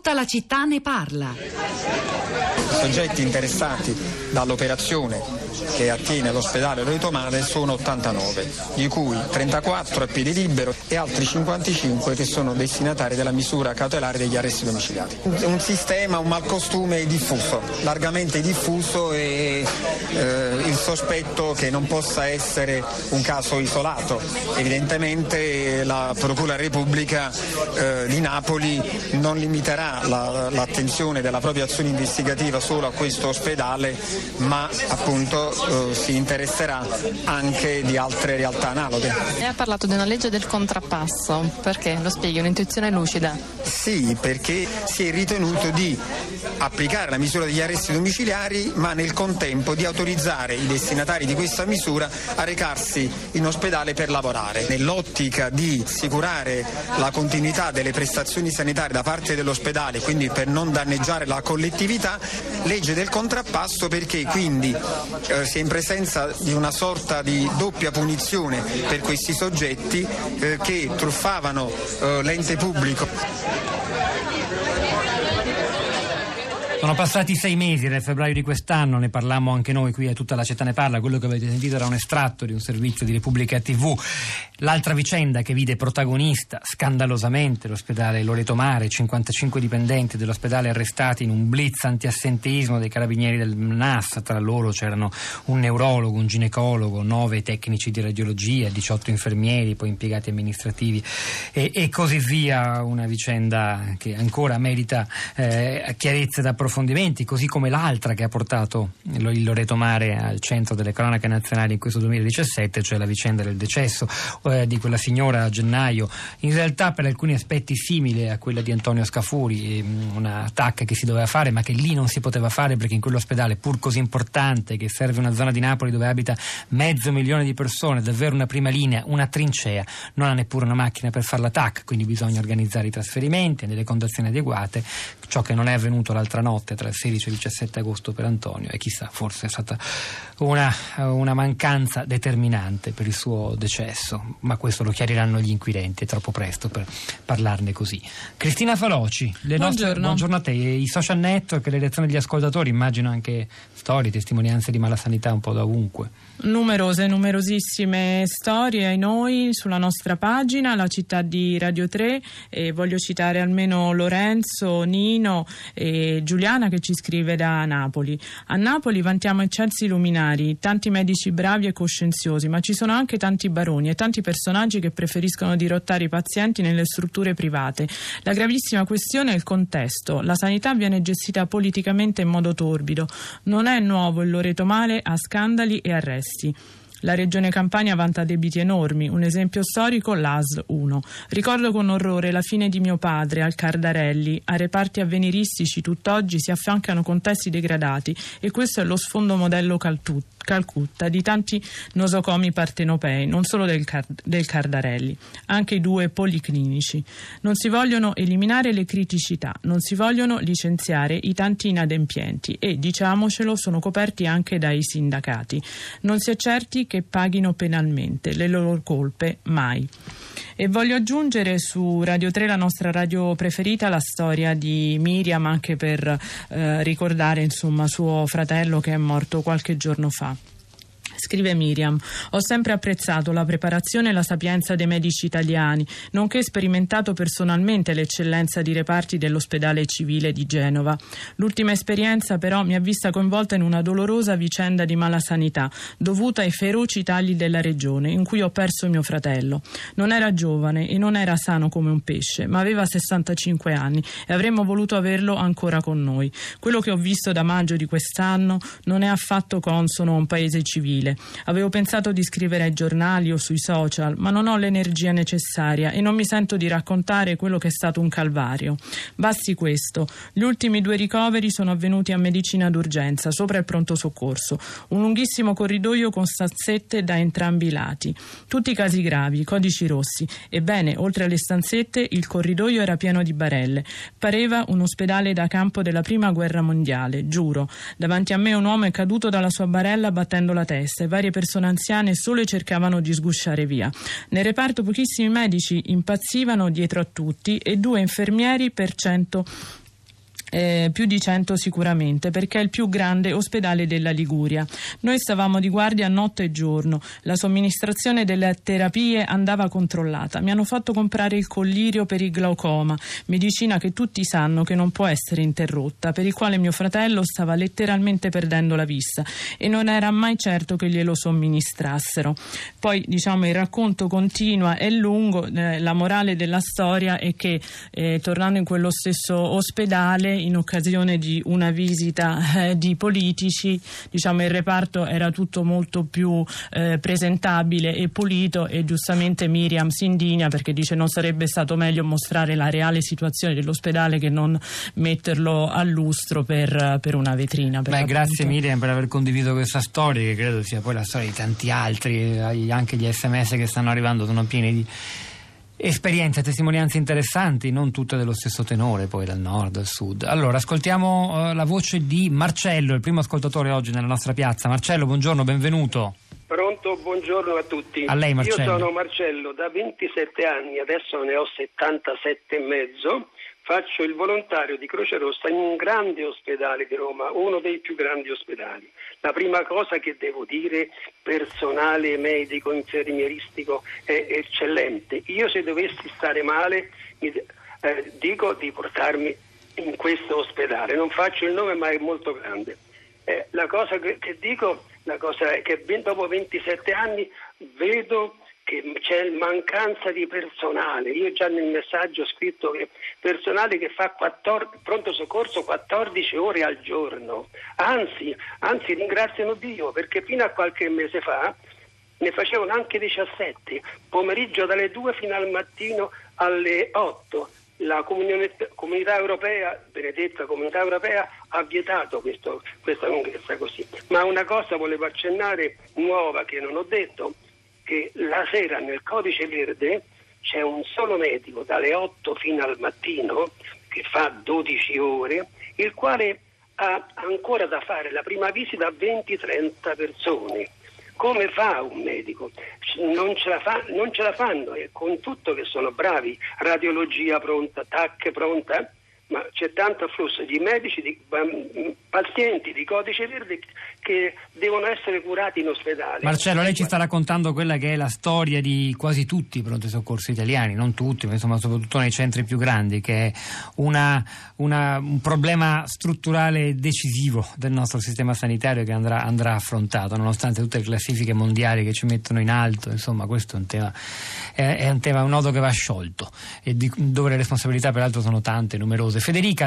Tutta la città ne parla. Soggetti interessati dall'operazione che attiene all'ospedale Loreto Mare sono 89, di cui 34 a piede libero e altri 55 che sono destinatari della misura cautelare degli arresti domiciliari. Un sistema, un malcostume diffuso, largamente diffuso, e il sospetto che non possa essere un caso isolato. Evidentemente la Procura della Repubblica di Napoli non limiterà l'attenzione della propria azione investigativa solo a questo ospedale, ma appunto si interesserà anche di altre realtà analoghe. Lei ha parlato di una legge del contrappasso, perché? Lo spieghi, un'intuizione lucida? Sì, perché si è ritenuto di applicare la misura degli arresti domiciliari, ma nel contempo di autorizzare i destinatari di questa misura a recarsi in ospedale per lavorare, nell'ottica di assicurare la continuità delle prestazioni sanitarie da parte dell'ospedale, quindi per non danneggiare la collettività. Legge del contrappasso perché quindi si è in presenza di una sorta di doppia punizione per questi soggetti che truffavano l'ente pubblico. Sono passati 6 mesi, nel febbraio di quest'anno, ne parlammo anche noi qui a Tutta la città ne parla. Quello che avete sentito era un estratto di un servizio di Repubblica TV. L'altra vicenda che vide protagonista scandalosamente l'ospedale Loreto Mare, 55 dipendenti dell'ospedale arrestati in un blitz antiassenteismo dei carabinieri del NAS. Tra loro c'erano un neurologo, un ginecologo, 9 tecnici di radiologia, 18 infermieri, poi impiegati amministrativi e così via. Una vicenda che ancora merita chiarezza ed approfondimenti, così come l'altra che ha portato il Loreto Mare al centro delle cronache nazionali in questo 2017, cioè la vicenda del decesso di quella signora a gennaio, in realtà per alcuni aspetti simile a quella di Antonio Scafuri, una TAC che si doveva fare ma che lì non si poteva fare perché in quell'ospedale, pur così importante, che serve una zona di Napoli dove abita 500.000 di persone, davvero una prima linea, una trincea, non ha neppure una macchina per fare la TAC, quindi bisogna organizzare i trasferimenti nelle condizioni adeguate, ciò che non è avvenuto l'altra notte tra il 16 e il 17 agosto per Antonio, e chissà, forse è stata una mancanza determinante per il suo decesso, ma questo lo chiariranno gli inquirenti, è troppo presto per parlarne così. Cristina Faloci, buongiorno a te. I social network, le reazioni degli ascoltatori, immagino anche storie, testimonianze di malasanità un po' da ovunque. Numerosissime storie ai noi sulla nostra pagina, la città di Radio 3, e voglio citare almeno Lorenzo, Nino e Giuliana che ci scrive da Napoli. A Napoli vantiamo eccelsi luminari, tanti medici bravi e coscienziosi, ma ci sono anche tanti baroni e tanti personaggi che preferiscono dirottare i pazienti nelle strutture private. La gravissima questione è il contesto. La sanità viene gestita politicamente in modo torbido. Non è nuovo il Loreto Mare a scandali e arresti. La regione Campania vanta debiti enormi, un esempio storico l'ASL 1. Ricordo con orrore la fine di mio padre al Cardarelli. A reparti avveniristici tutt'oggi si affiancano contesti degradati, e questo è lo sfondo modello Calcutta di tanti nosocomi partenopei, non solo del Cardarelli, anche i 2 policlinici. Non si vogliono eliminare le criticità, non si vogliono licenziare i tanti inadempienti e, diciamocelo, sono coperti anche dai sindacati. Non si è certi che paghino penalmente le loro colpe, mai. E voglio aggiungere su Radio 3, la nostra radio preferita, la storia di Miriam, anche per ricordare suo fratello che è morto qualche giorno fa. Scrive Miriam: ho sempre apprezzato la preparazione e la sapienza dei medici italiani, nonché sperimentato personalmente l'eccellenza di reparti dell'ospedale civile di Genova. L'ultima esperienza però mi ha vista coinvolta in una dolorosa vicenda di malasanità dovuta ai feroci tagli della regione, in cui ho perso mio fratello. Non era giovane e non era sano come un pesce, ma aveva 65 anni e avremmo voluto averlo ancora con noi. Quello che ho visto da maggio di quest'anno non è affatto consono a un paese civile. Avevo pensato di scrivere ai giornali o sui social, ma non ho l'energia necessaria e non mi sento di raccontare quello che è stato un calvario. Basti questo: gli ultimi 2 ricoveri sono avvenuti a medicina d'urgenza, sopra il pronto soccorso, un lunghissimo corridoio con stanzette da entrambi i lati, tutti casi gravi, codici rossi. Ebbene, oltre alle stanzette, il corridoio era pieno di barelle. Pareva un ospedale da campo della prima guerra mondiale, giuro. Davanti a me un uomo è caduto dalla sua barella battendo la testa e varie persone anziane sole cercavano di sgusciare via. Nel reparto pochissimi medici impazzivano dietro a tutti e 2 infermieri per 100 più di 100 sicuramente, perché è il più grande ospedale della Liguria. Noi stavamo di guardia notte e giorno, la somministrazione delle terapie andava controllata. Mi hanno fatto comprare il collirio per il glaucoma, medicina che tutti sanno che non può essere interrotta, per il quale mio fratello stava letteralmente perdendo la vista e non era mai certo che glielo somministrassero. Poi il racconto continua, è lungo, la morale della storia è che tornando in quello stesso ospedale, in occasione di una visita di politici, il reparto era tutto molto più presentabile e pulito, e giustamente Miriam si indigna perché dice: non sarebbe stato meglio mostrare la reale situazione dell'ospedale che non metterlo a lustro per una vetrina. Grazie Miriam per aver condiviso questa storia, che credo sia poi la storia di tanti altri. Anche gli SMS che stanno arrivando sono pieni di esperienze e testimonianze interessanti, non tutte dello stesso tenore, poi dal nord al sud. Allora, ascoltiamo la voce di Marcello, il primo ascoltatore oggi nella nostra piazza. Marcello, buongiorno, benvenuto. Pronto, buongiorno a tutti. A lei, Marcello. Io sono Marcello, da 27 anni, adesso ne ho 77 e mezzo. Faccio il volontario di Croce Rossa in un grande ospedale di Roma, uno dei più grandi ospedali. La prima cosa che devo dire, personale medico, infermieristico è eccellente. Io se dovessi stare male dico di portarmi in questo ospedale. Non faccio il nome, ma è molto grande. La cosa che dico, la cosa è che dopo 27 anni vedo che c'è mancanza di personale. Io già nel messaggio ho scritto che personale che fa pronto soccorso 14 ore al giorno. Anzi, ringraziano Dio, perché fino a qualche mese fa ne facevano anche 17, pomeriggio dalle 2 fino al mattino alle 8. La comunità europea, benedetta comunità europea, ha vietato questa lunghezza così. Ma una cosa volevo accennare nuova che non ho detto, che la sera nel codice verde c'è un solo medico dalle 8 fino al mattino che fa 12 ore, il quale ha ancora da fare la prima visita a 20-30 persone. Come fa un medico? Non ce la fanno, e con tutto che sono bravi, radiologia pronta, TAC pronta, ma c'è tanto afflusso di medici, di pazienti di codice verde che devono essere curati in ospedale. Marcello, lei ci sta raccontando quella che è la storia di quasi tutti i pronto soccorso italiani, non tutti, ma insomma soprattutto nei centri più grandi, che è un problema strutturale decisivo del nostro sistema sanitario che andrà affrontato, nonostante tutte le classifiche mondiali che ci mettono in alto. Insomma, questo è un tema, un nodo che va sciolto, e dove le responsabilità peraltro sono tante, numerose. Federica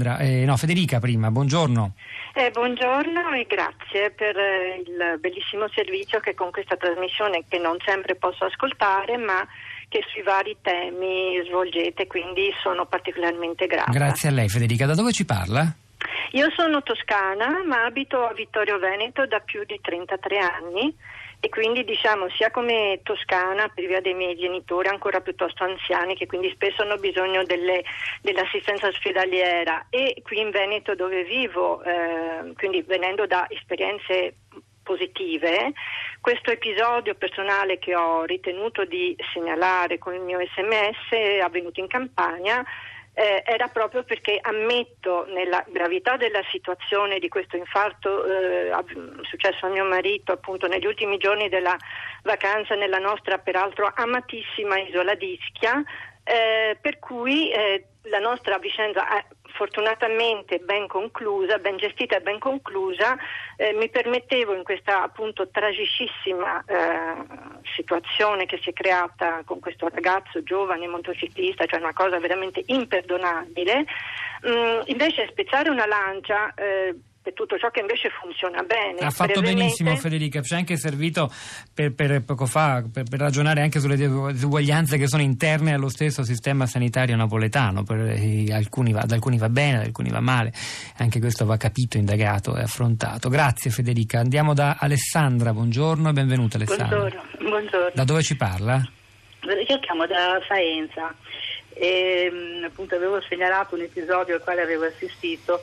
prima, buongiorno. Buongiorno e grazie per il bellissimo servizio che con questa trasmissione, che non sempre posso ascoltare, ma che sui vari temi svolgete, quindi sono particolarmente grata. Grazie a lei Federica. Da dove ci parla? Io sono toscana, ma abito a Vittorio Veneto da più di 33 anni. E quindi sia come toscana, per via dei miei genitori ancora piuttosto anziani, che quindi spesso hanno bisogno dell'assistenza ospedaliera, e qui in Veneto dove vivo, quindi venendo da esperienze positive, questo episodio personale che ho ritenuto di segnalare con il mio SMS avvenuto in Campania era proprio perché ammetto nella gravità della situazione di questo infarto successo a mio marito appunto negli ultimi giorni della vacanza nella nostra peraltro amatissima isola di Ischia, per cui la nostra vicenda fortunatamente ben conclusa, ben gestita e ben conclusa, mi permettevo in questa appunto tragicissima situazione che si è creata con questo ragazzo giovane motociclista, cioè una cosa veramente imperdonabile, invece spezzare una lancia per tutto ciò che invece funziona bene. Ha fatto benissimo Federica, ci è anche servito per poco fa per ragionare anche sulle disuguaglianze che sono interne allo stesso sistema sanitario napoletano. Ad alcuni va bene, ad alcuni va male, anche questo va capito, indagato e affrontato. Grazie Federica. Andiamo da Alessandra, buongiorno e benvenuta Alessandra. Buongiorno. Da dove ci parla? Io chiamo da Faenza e appunto avevo segnalato un episodio al quale avevo assistito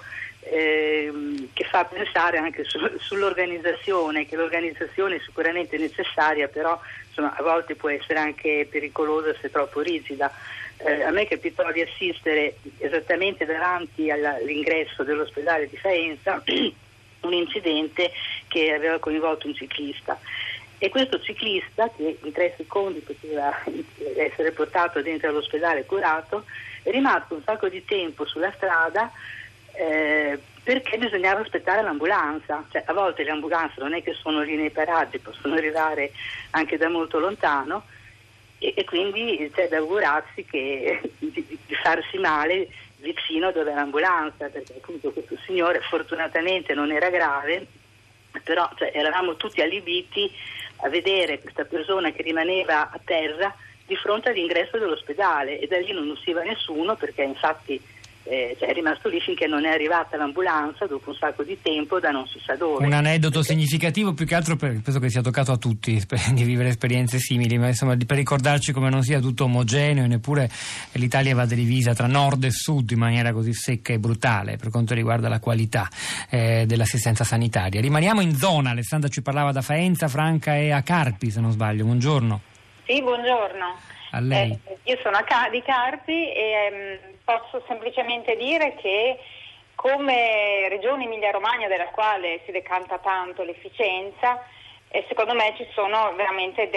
che fa pensare anche sull'organizzazione, che l'organizzazione è sicuramente necessaria, però insomma, a volte può essere anche pericolosa se troppo rigida. A me capitò di assistere esattamente davanti all'ingresso dell'ospedale di Faenza un incidente che aveva coinvolto un ciclista, e questo ciclista, che in 3 secondi poteva essere portato dentro all'ospedale curato, è rimasto un sacco di tempo sulla strada perché bisognava aspettare l'ambulanza. Cioè, a volte le ambulanze non è che sono lì nei paraggi, possono arrivare anche da molto lontano, e quindi c'è da augurarsi di farsi male vicino dove è l'ambulanza, perché appunto questo signore fortunatamente non era grave, però eravamo tutti allibiti a vedere questa persona che rimaneva a terra di fronte all'ingresso dell'ospedale, e da lì non usciva nessuno, perché infatti è rimasto lì finché non è arrivata l'ambulanza dopo un sacco di tempo da non si sa dove. Un aneddoto significativo, più che altro penso che sia toccato a tutti di vivere esperienze simili, ma insomma per ricordarci come non sia tutto omogeneo, e neppure l'Italia vada divisa tra nord e sud in maniera così secca e brutale per quanto riguarda la qualità dell'assistenza sanitaria. Rimaniamo in zona. Alessandra ci parlava da Faenza, Franca è a Carpi, se non sbaglio. Buongiorno. Sì, buongiorno. A lei. Io sono di Carpi e posso semplicemente dire che, come Regione Emilia-Romagna, della quale si decanta tanto l'efficienza, secondo me ci sono veramente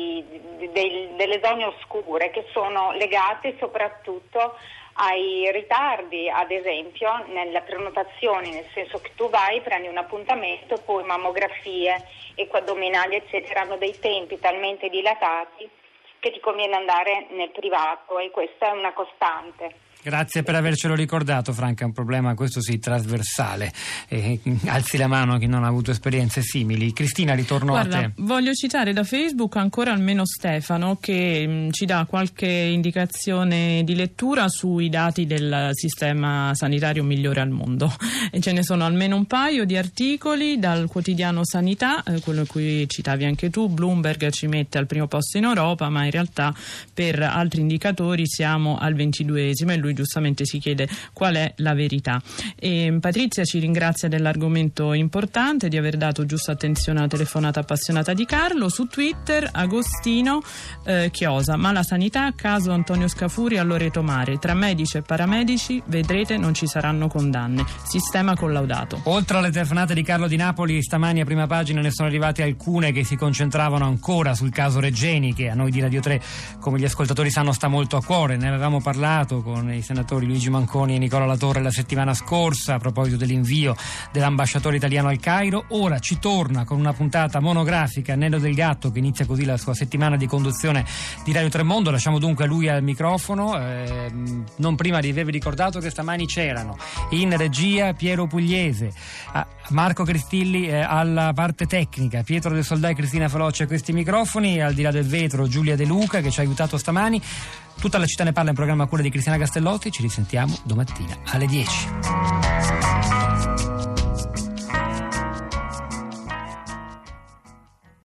delle zone oscure che sono legate soprattutto ai ritardi, ad esempio nelle prenotazioni, nel senso che tu vai, prendi un appuntamento, poi mammografie, equaddominali eccetera hanno dei tempi talmente dilatati che ti conviene andare nel privato, e questa è una costante. Grazie per avercelo ricordato, Franca, è un problema questo sì trasversale. Alzi la mano chi non ha avuto esperienze simili. Cristina, ritorno a te. Voglio citare da Facebook ancora almeno Stefano, che ci dà qualche indicazione di lettura sui dati del sistema sanitario migliore al mondo. E ce ne sono almeno un paio di articoli dal quotidiano Sanità, quello in cui citavi anche tu. Bloomberg ci mette al primo posto in Europa, ma in realtà per altri indicatori siamo al 22esimo, e lui giustamente si chiede qual è la verità. E Patrizia ci ringrazia dell'argomento importante, di aver dato giusta attenzione alla telefonata appassionata di Carlo. Su Twitter Agostino chiosa: ma la sanità, caso Antonio Scafuri a Loreto Mare, tra medici e paramedici vedrete non ci saranno condanne, sistema collaudato. Oltre alle telefonate di Carlo di Napoli, stamani a prima pagina ne sono arrivate alcune che si concentravano ancora sul caso Regeni, che a noi di Radio 3, come gli ascoltatori sanno, sta molto a cuore. Ne avevamo parlato con i senatori Luigi Manconi e Nicola Latorre la settimana scorsa a proposito dell'invio dell'ambasciatore italiano al Cairo. Ora ci torna con una puntata monografica, Anello del Gatto, che inizia così la sua settimana di conduzione di Radio Tremondo. Lasciamo dunque a lui al microfono, non prima di avervi ricordato che stamani c'erano in regia Piero Pugliese, Marco Cristilli alla parte tecnica, Pietro del Soldà e Cristina Feloce a questi microfoni, al di là del vetro Giulia De Luca che ci ha aiutato stamani. Tutta la città ne parla, in programma a cura di Cristina Castellotti. Ci risentiamo domattina alle 10.